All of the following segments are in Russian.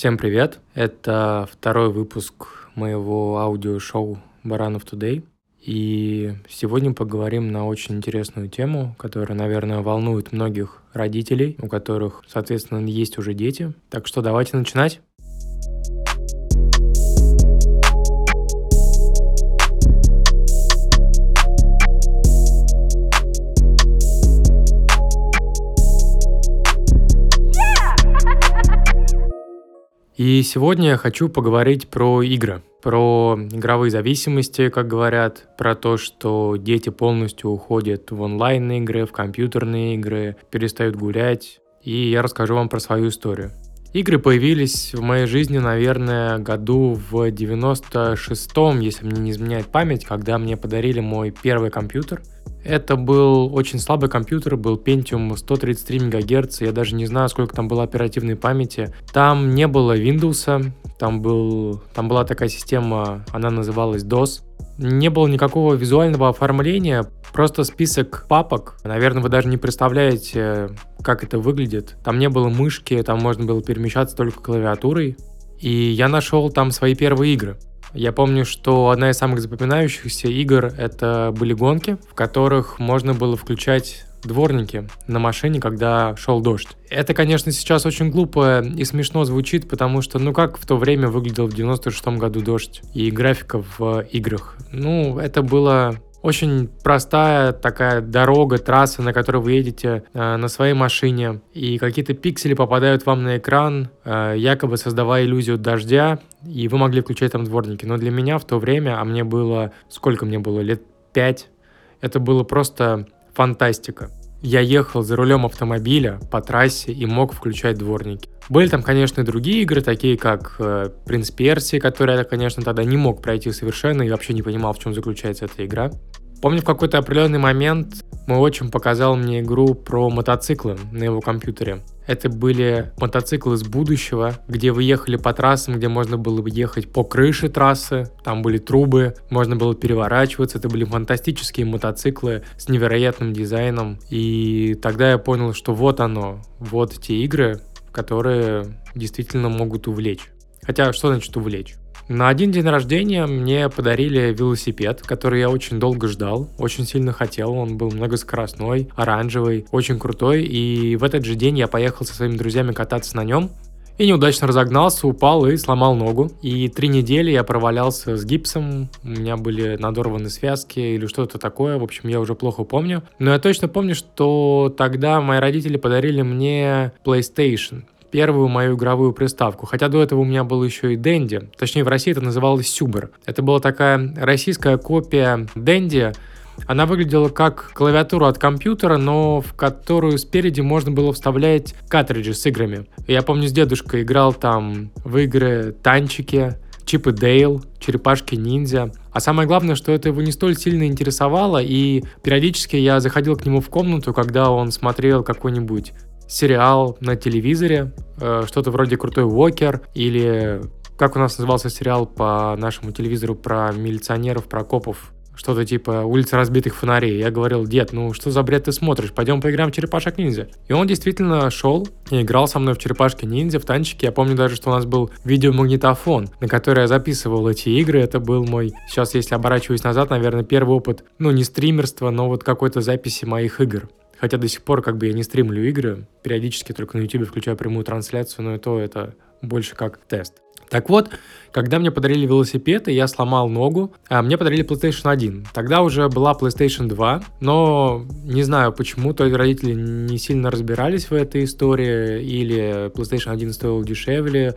Всем привет! Это второй выпуск моего аудиошоу «Баранов Today». И сегодня поговорим на очень интересную тему, которая, наверное, волнует многих родителей, у которых, соответственно, есть уже дети. Так что давайте начинать. И сегодня я хочу поговорить про игры, про игровые зависимости, как говорят, про то, что дети полностью уходят в онлайн-игры, в компьютерные игры, перестают гулять, и я расскажу вам про свою историю. Игры появились в моей жизни, наверное, году в 96-м, если мне не изменяет память, когда мне подарили мой первый компьютер. Это был очень слабый компьютер, был Pentium 133 МГц, я даже не знаю, сколько там было оперативной памяти. Там не было Windows, там была такая система, она называлась DOS. Не было никакого визуального оформления, просто список папок. Наверное, вы даже не представляете, как это выглядит. Там не было мышки, там можно было перемещаться только клавиатурой. И я нашел там свои первые игры. Я помню, что одна из самых запоминающихся игр — это были гонки, в которых можно было включать дворники на машине, когда шел дождь. Это, конечно, сейчас очень глупо и смешно звучит, потому что, как в то время выглядел в 96-м году дождь и графика в играх? Это было очень простая такая дорога, трасса, на которой вы едете на своей машине, и какие-то пиксели попадают вам на экран, якобы создавая иллюзию дождя, и вы могли включать там дворники. Но для меня в то время, а мне было, сколько мне было, лет 5, это было просто фантастика. Я ехал за рулем автомобиля по трассе и мог включать дворники. Были там, конечно, и другие игры, такие как «Принц Персии», который я, конечно, тогда не мог пройти совершенно и вообще не понимал, в чем заключается эта игра. Помню, в какой-то определенный момент мой отчим показал мне игру про мотоциклы на его компьютере. Это были мотоциклы из будущего, где вы ехали по трассам, где можно было ехать по крыше трассы, там были трубы, можно было переворачиваться. Это были фантастические мотоциклы с невероятным дизайном. И тогда я понял, что вот те игры, которые действительно могут увлечь. Хотя, что значит увлечь? На один день рождения мне подарили велосипед, который я очень долго ждал, очень сильно хотел. Он был многоскоростной, оранжевый, очень крутой. И в этот же день я поехал со своими друзьями кататься на нем. И неудачно разогнался, упал и сломал ногу. И 3 недели я провалялся с гипсом, у меня были надорваны связки или что-то такое. В общем, я уже плохо помню. Но я точно помню, что тогда мои родители подарили мне PlayStation. Первую мою игровую приставку. Хотя до этого у меня был еще и Dendy. Точнее, в России это называлось Сюбер. Это была такая российская копия Dendy. Она выглядела как клавиатура от компьютера, но в которую спереди можно было вставлять картриджи с играми. Я помню, с дедушкой играл там в игры «Танчики», «Чип и Дейл», «Черепашки-ниндзя». А самое главное, что это его не столь сильно интересовало, и периодически я заходил к нему в комнату, когда он смотрел какой-нибудь сериал на телевизоре, что-то вроде «Крутой Уокер», или как у нас назывался сериал по нашему телевизору про милиционеров, про копов, что-то типа «Улица разбитых фонарей». Я говорил: дед, что за бред ты смотришь? Пойдем поиграем в черепашек-ниндзя. И он действительно шел и играл со мной в черепашки-ниндзя, в танчики. Я помню даже, что у нас был видеомагнитофон, на который я записывал эти игры. Это был мой, сейчас если оборачиваюсь назад, наверное, первый опыт, не стримерства, но вот какой-то записи моих игр. Хотя до сих пор я не стримлю игры, периодически только на YouTube включаю прямую трансляцию, но и то это больше как тест. Так вот, когда мне подарили велосипед, и я сломал ногу, мне подарили PlayStation 1. Тогда уже была PlayStation 2, но не знаю почему, то ли родители не сильно разбирались в этой истории, или PlayStation 1 стоил дешевле.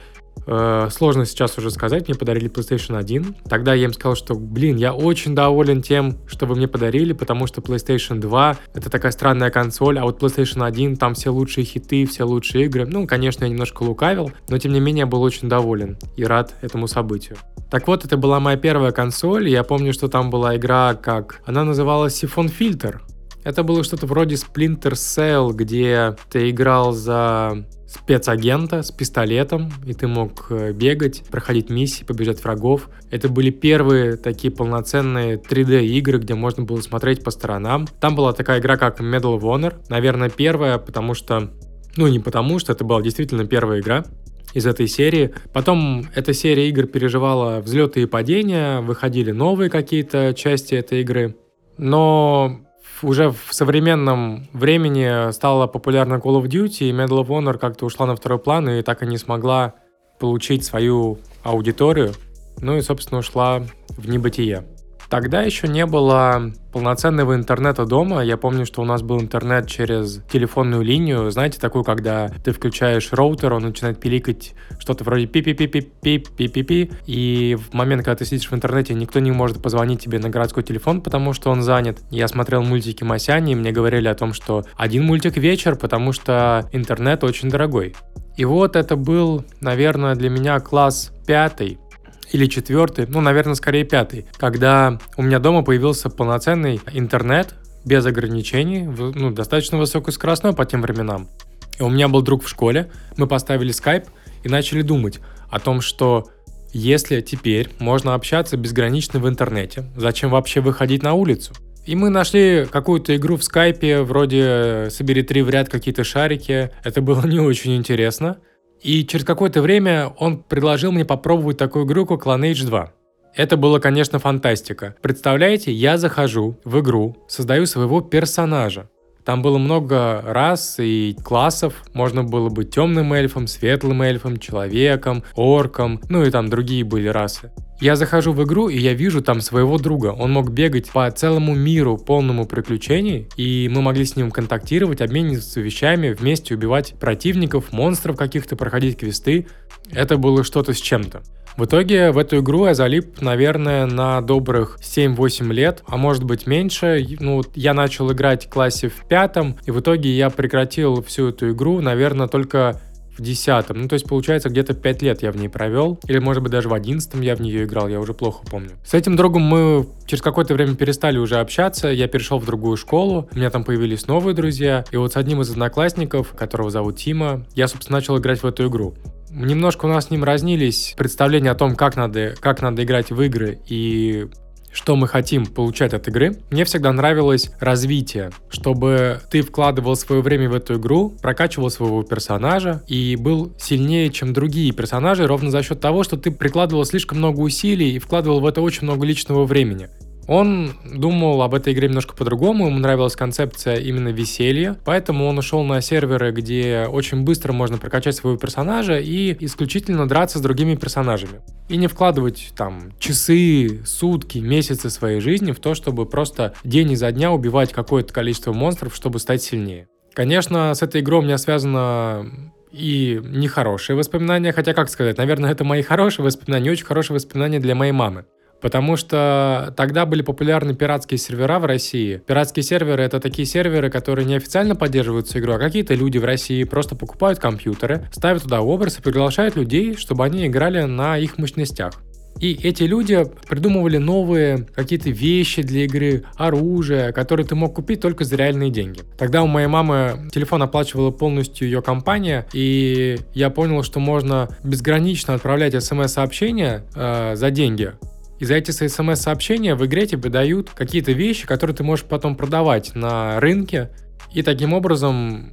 Сложно сейчас уже сказать, мне подарили PlayStation 1. Тогда я им сказал, что, я очень доволен тем, что вы мне подарили, потому что PlayStation 2 — это такая странная консоль, а вот PlayStation 1, там все лучшие хиты, все лучшие игры. Конечно, я немножко лукавил, но тем не менее был очень доволен и рад этому событию. Так вот, это была моя первая консоль, и я помню, что там была игра, она называлась Siphon Filter. Это было что-то вроде Splinter Cell, где ты играл за спецагента с пистолетом, и ты мог бегать, проходить миссии, побеждать врагов. Это были первые такие полноценные 3D-игры, где можно было смотреть по сторонам. Там была такая игра, как Medal of Honor. Наверное, первая, потому что... не потому что, это была действительно первая игра. из этой серии. Потом эта серия игр переживала взлеты и падения, выходили новые какие-то части этой игры. Но уже в современном времени стала популярна Call of Duty, и Medal of Honor как-то ушла на второй план и так и не смогла получить свою аудиторию. Ну и, собственно, ушла в небытие. Тогда еще не было полноценного интернета дома. Я помню, что у нас был интернет через телефонную линию. Знаете, такую, когда ты включаешь роутер, он начинает пиликать что-то вроде пи-пи-пи-пи-пи-пи-пи-пи. И в момент, когда ты сидишь в интернете, никто не может позвонить тебе на городской телефон, потому что он занят. Я смотрел мультики Масяни, и мне говорили о том, что один мультик вечер, потому что интернет очень дорогой. И вот это был, наверное, для меня класс 5 или 4, наверное, скорее 5, когда у меня дома появился полноценный интернет без ограничений, достаточно высокоскоростной по тем временам. И у меня был друг в школе, мы поставили скайп и начали думать о том, что если теперь можно общаться безгранично в интернете, зачем вообще выходить на улицу? И мы нашли какую-то игру в скайпе, вроде «Собери 3 в ряд какие-то шарики». Это было не очень интересно. И через какое-то время он предложил мне попробовать такую игру, как Lineage 2. Это было, конечно, фантастика. Представляете, я захожу в игру, создаю своего персонажа. Там было много рас и классов. Можно было быть темным эльфом, светлым эльфом, человеком, орком, и там другие были расы. Я захожу в игру, и я вижу там своего друга. Он мог бегать по целому миру, полному приключений, и мы могли с ним контактировать, обмениваться вещами, вместе убивать противников, монстров каких-то, проходить квесты. Это было что-то с чем-то. В итоге в эту игру я залип, наверное, на добрых 7-8 лет, а может быть меньше. Я начал играть в классе в 5, и в итоге я прекратил всю эту игру, наверное, только в 10. То есть, получается, где-то 5 лет я в ней провел. Или, может быть, даже в 11 я в нее играл, я уже плохо помню. С этим другом мы через какое-то время перестали уже общаться. Я перешел в другую школу, у меня там появились новые друзья. И вот с одним из одноклассников, которого зовут Тима, я, собственно, начал играть в эту игру. Немножко у нас с ним разнились представления о том, как надо играть в игры и что мы хотим получать от игры. Мне всегда нравилось развитие, чтобы ты вкладывал свое время в эту игру, прокачивал своего персонажа и был сильнее, чем другие персонажи, ровно за счет того, что ты прикладывал слишком много усилий и вкладывал в это очень много личного времени. Он думал об этой игре немножко по-другому, ему нравилась концепция именно веселья, поэтому он ушел на серверы, где очень быстро можно прокачать своего персонажа и исключительно драться с другими персонажами. И не вкладывать там часы, сутки, месяцы своей жизни в то, чтобы просто день изо дня убивать какое-то количество монстров, чтобы стать сильнее. Конечно, с этой игрой у меня связано и нехорошие воспоминания, хотя, как сказать, наверное, это мои хорошие воспоминания, очень хорошие воспоминания для моей мамы. Потому что тогда были популярны пиратские сервера в России. Пиратские серверы — это такие серверы, которые неофициально поддерживаются игру, а какие-то люди в России просто покупают компьютеры, ставят туда образ и приглашают людей, чтобы они играли на их мощностях. И эти люди придумывали новые какие-то вещи для игры, оружие, которые ты мог купить только за реальные деньги. Тогда у моей мамы телефон оплачивала полностью ее компания, и я понял, что можно безгранично отправлять смс-сообщения за деньги. И за эти смс-сообщения в игре тебе дают какие-то вещи, которые ты можешь потом продавать на рынке и таким образом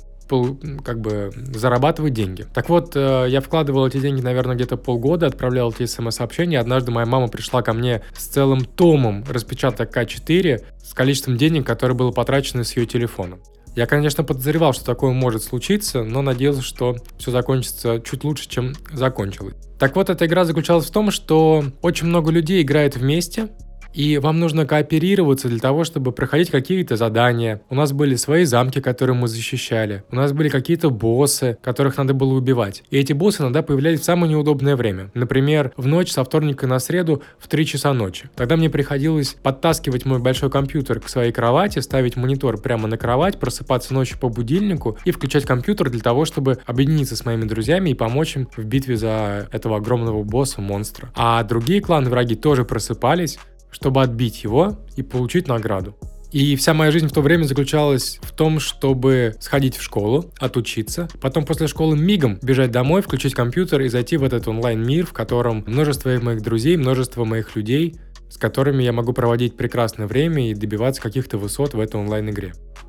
зарабатывать деньги. Так вот, я вкладывал эти деньги, наверное, где-то полгода, отправлял эти смс-сообщения. Однажды моя мама пришла ко мне с целым томом распечаток А4 с количеством денег, которое было потрачено с ее телефона. Я, конечно, подозревал, что такое может случиться, но надеялся, что все закончится чуть лучше, чем закончилось. Так вот, эта игра заключалась в том, что очень много людей играет вместе, и вам нужно кооперироваться для того, чтобы проходить какие-то задания. У нас были свои замки, которые мы защищали. У нас были какие-то боссы, которых надо было убивать. И эти боссы иногда появлялись в самое неудобное время. Например, в ночь со вторника на среду в 3 часа ночи. Тогда мне приходилось подтаскивать мой большой компьютер к своей кровати, ставить монитор прямо на кровать, просыпаться ночью по будильнику и включать компьютер для того, чтобы объединиться с моими друзьями и помочь им в битве за этого огромного босса-монстра. А другие кланы-враги тоже просыпались, чтобы отбить его и получить награду. И вся моя жизнь в то время заключалась в том, чтобы сходить в школу, отучиться, потом после школы мигом бежать домой, включить компьютер и зайти в этот онлайн-мир, в котором множество моих друзей, множество моих людей, с которыми я могу проводить прекрасное время и добиваться каких-то высот в этой онлайн-игре.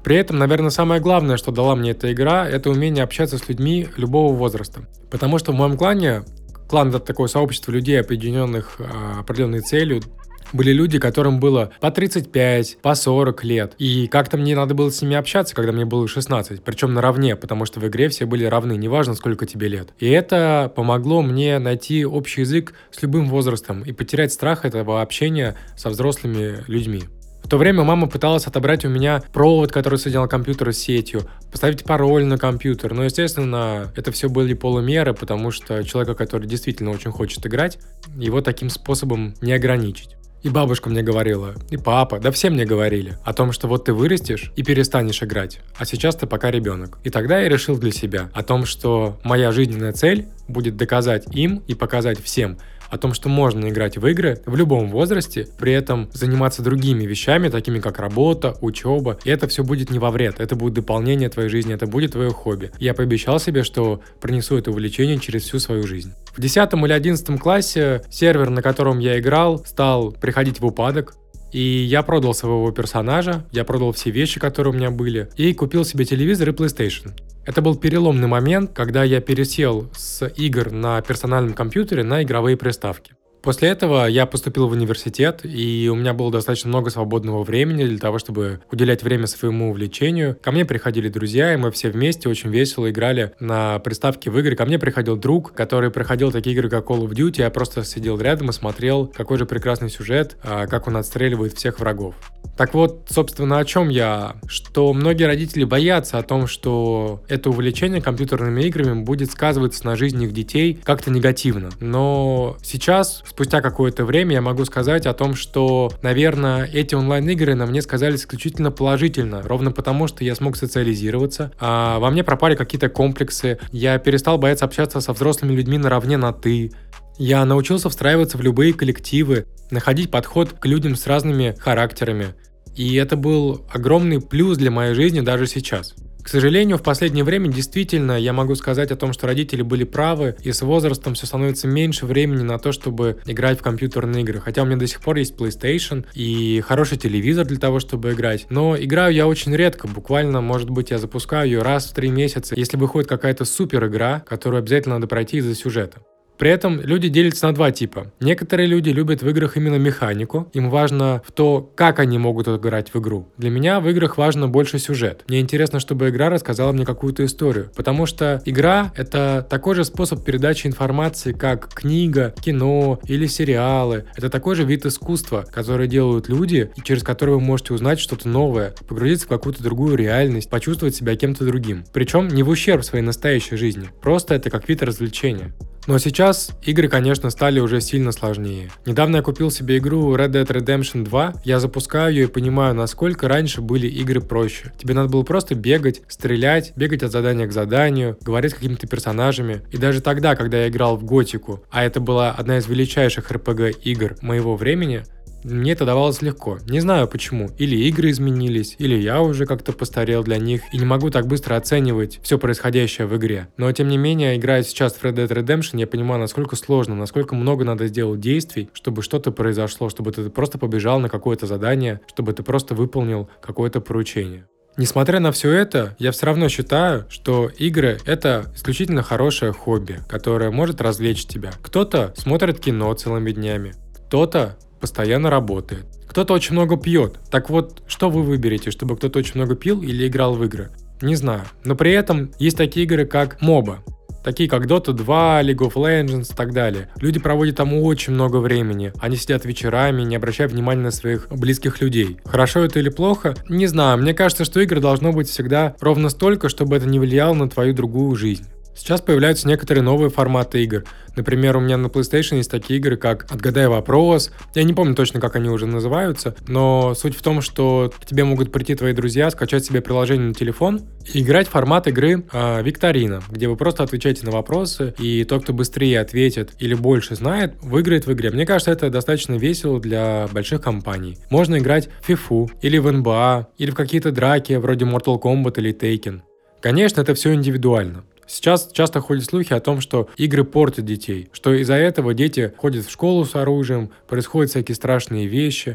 При этом, наверное, самое главное, что дала мне эта игра, это умение общаться с людьми любого возраста. Потому что в моем клане, клан — это такое сообщество людей, объединенных определенной целью, были люди, которым было по 35, по 40 лет. И как-то мне надо было с ними общаться, когда мне было 16. Причем наравне, потому что в игре все были равны, неважно, сколько тебе лет. И это помогло мне найти общий язык с любым возрастом и потерять страх этого общения со взрослыми людьми. В то время мама пыталась отобрать у меня провод, который соединял компьютер с сетью, поставить пароль на компьютер. Но, естественно, это все были полумеры, потому что человека, который действительно очень хочет играть, его таким способом не ограничить. И бабушка мне говорила, и папа, да все мне говорили о том, что вот ты вырастешь и перестанешь играть, а сейчас ты пока ребенок. И тогда я решил для себя о том, что моя жизненная цель будет доказать им и показать всем о том, что можно играть в игры в любом возрасте, при этом заниматься другими вещами, такими как работа, учеба. И это все будет не во вред, это будет дополнение твоей жизни, это будет твое хобби. Я пообещал себе, что принесу это увлечение через всю свою жизнь. В 10 или 11 классе сервер, на котором я играл, стал приходить в упадок. И я продал своего персонажа, я продал все вещи, которые у меня были, и купил себе телевизор и PlayStation. Это был переломный момент, когда я пересел с игр на персональном компьютере на игровые приставки. После этого я поступил в университет, и у меня было достаточно много свободного времени для того, чтобы уделять время своему увлечению. Ко мне приходили друзья, и мы все вместе очень весело играли на приставке в игры. Ко мне приходил друг, который проходил такие игры, как Call of Duty. Я просто сидел рядом и смотрел, какой же прекрасный сюжет, как он отстреливает всех врагов. Так вот, собственно, о чем я? Что многие родители боятся о том, что это увлечение компьютерными играми будет сказываться на жизни их детей как-то негативно. Но сейчас, спустя какое-то время, я могу сказать о том, что, наверное, эти онлайн-игры на мне сказались исключительно положительно, ровно потому, что я смог социализироваться, а во мне пропали какие-то комплексы, я перестал бояться общаться со взрослыми людьми наравне на «ты». Я научился встраиваться в любые коллективы, находить подход к людям с разными характерами. И это был огромный плюс для моей жизни даже сейчас. К сожалению, в последнее время действительно я могу сказать о том, что родители были правы, и с возрастом все становится меньше времени на то, чтобы играть в компьютерные игры. Хотя у меня до сих пор есть PlayStation и хороший телевизор для того, чтобы играть. Но играю я очень редко, буквально, может быть, я запускаю ее раз в 3 месяца, если выходит какая-то супер игра, которую обязательно надо пройти из-за сюжета. При этом люди делятся на два типа. Некоторые люди любят в играх именно механику. Им важно в то, как они могут играть в игру. Для меня в играх важно больше сюжет. Мне интересно, чтобы игра рассказала мне какую-то историю. Потому что игра — это такой же способ передачи информации, как книга, кино или сериалы. Это такой же вид искусства, который делают люди, и через который вы можете узнать что-то новое, погрузиться в какую-то другую реальность, почувствовать себя кем-то другим. Причем не в ущерб своей настоящей жизни. Просто это как вид развлечения. Но сейчас игры, конечно, стали уже сильно сложнее. Недавно я купил себе игру Red Dead Redemption 2. Я запускаю ее и понимаю, насколько раньше были игры проще. Тебе надо было просто бегать, стрелять, бегать от задания к заданию, говорить с какими-то персонажами. И даже тогда, когда я играл в Готику, а это была одна из величайших RPG-игр моего времени, мне это давалось легко. Не знаю почему. Или игры изменились, или я уже как-то постарел для них и не могу так быстро оценивать все происходящее в игре. Но тем не менее, играя сейчас в Red Dead Redemption, я понимаю, насколько сложно, насколько много надо сделать действий, чтобы что-то произошло, чтобы ты просто побежал на какое-то задание, чтобы ты просто выполнил какое-то поручение. Несмотря на все это, я все равно считаю, что игры — это исключительно хорошее хобби, которое может развлечь тебя. Кто-то смотрит кино целыми днями, кто-то постоянно работает. Кто-то очень много пьет. Так вот, что вы выберете, чтобы кто-то очень много пил или играл в игры? Не знаю. Но при этом есть такие игры, как MOBA. Такие как Dota 2, League of Legends и так далее. Люди проводят там очень много времени. Они сидят вечерами, не обращая внимания на своих близких людей. Хорошо это или плохо? Не знаю. Мне кажется, что игры должно быть всегда ровно столько, чтобы это не влияло на твою другую жизнь. Сейчас появляются некоторые новые форматы игр. Например, у меня на PlayStation есть такие игры, как «Отгадай вопрос». Я не помню точно, как они уже называются, но суть в том, что к тебе могут прийти твои друзья, скачать себе приложение на телефон и играть в формат игры «Викторина», где вы просто отвечаете на вопросы, и тот, кто быстрее ответит или больше знает, выиграет в игре. Мне кажется, это достаточно весело для больших компаний. Можно играть в FIFA, или в NBA, или в какие-то драки, вроде Mortal Kombat или Taken. Конечно, это все индивидуально. Сейчас часто ходят слухи о том, что игры портят детей, что из-за этого дети ходят в школу с оружием, происходят всякие страшные вещи.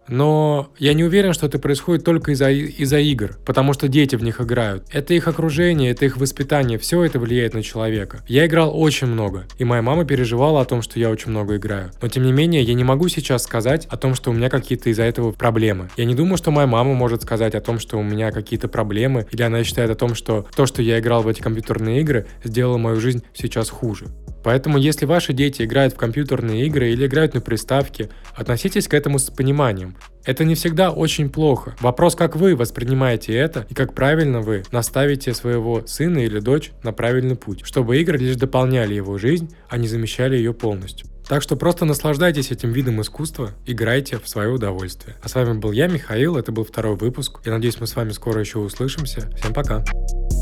Но я не уверен, что это происходит только из-за игр, потому что дети в них играют. Это их окружение, это их воспитание, все это влияет на человека. Я играл очень много, и моя мама переживала о том, что я очень много играю. Но тем не менее, я не могу сейчас сказать о том, что у меня какие-то из-за этого проблемы. Я не думаю, что моя мама может сказать о том, что у меня какие-то проблемы, или она считает о том, что то, что я играл в эти компьютерные игры, сделало мою жизнь сейчас хуже. Поэтому, если ваши дети играют в компьютерные игры или играют на приставке, относитесь к этому с пониманием. Это не всегда очень плохо. Вопрос, как вы воспринимаете это и как правильно вы наставите своего сына или дочь на правильный путь, чтобы игры лишь дополняли его жизнь, а не замещали ее полностью. Так что просто наслаждайтесь этим видом искусства, играйте в свое удовольствие. А с вами был я, Михаил, это был 2-й выпуск. Я надеюсь, мы с вами скоро еще услышимся. Всем пока!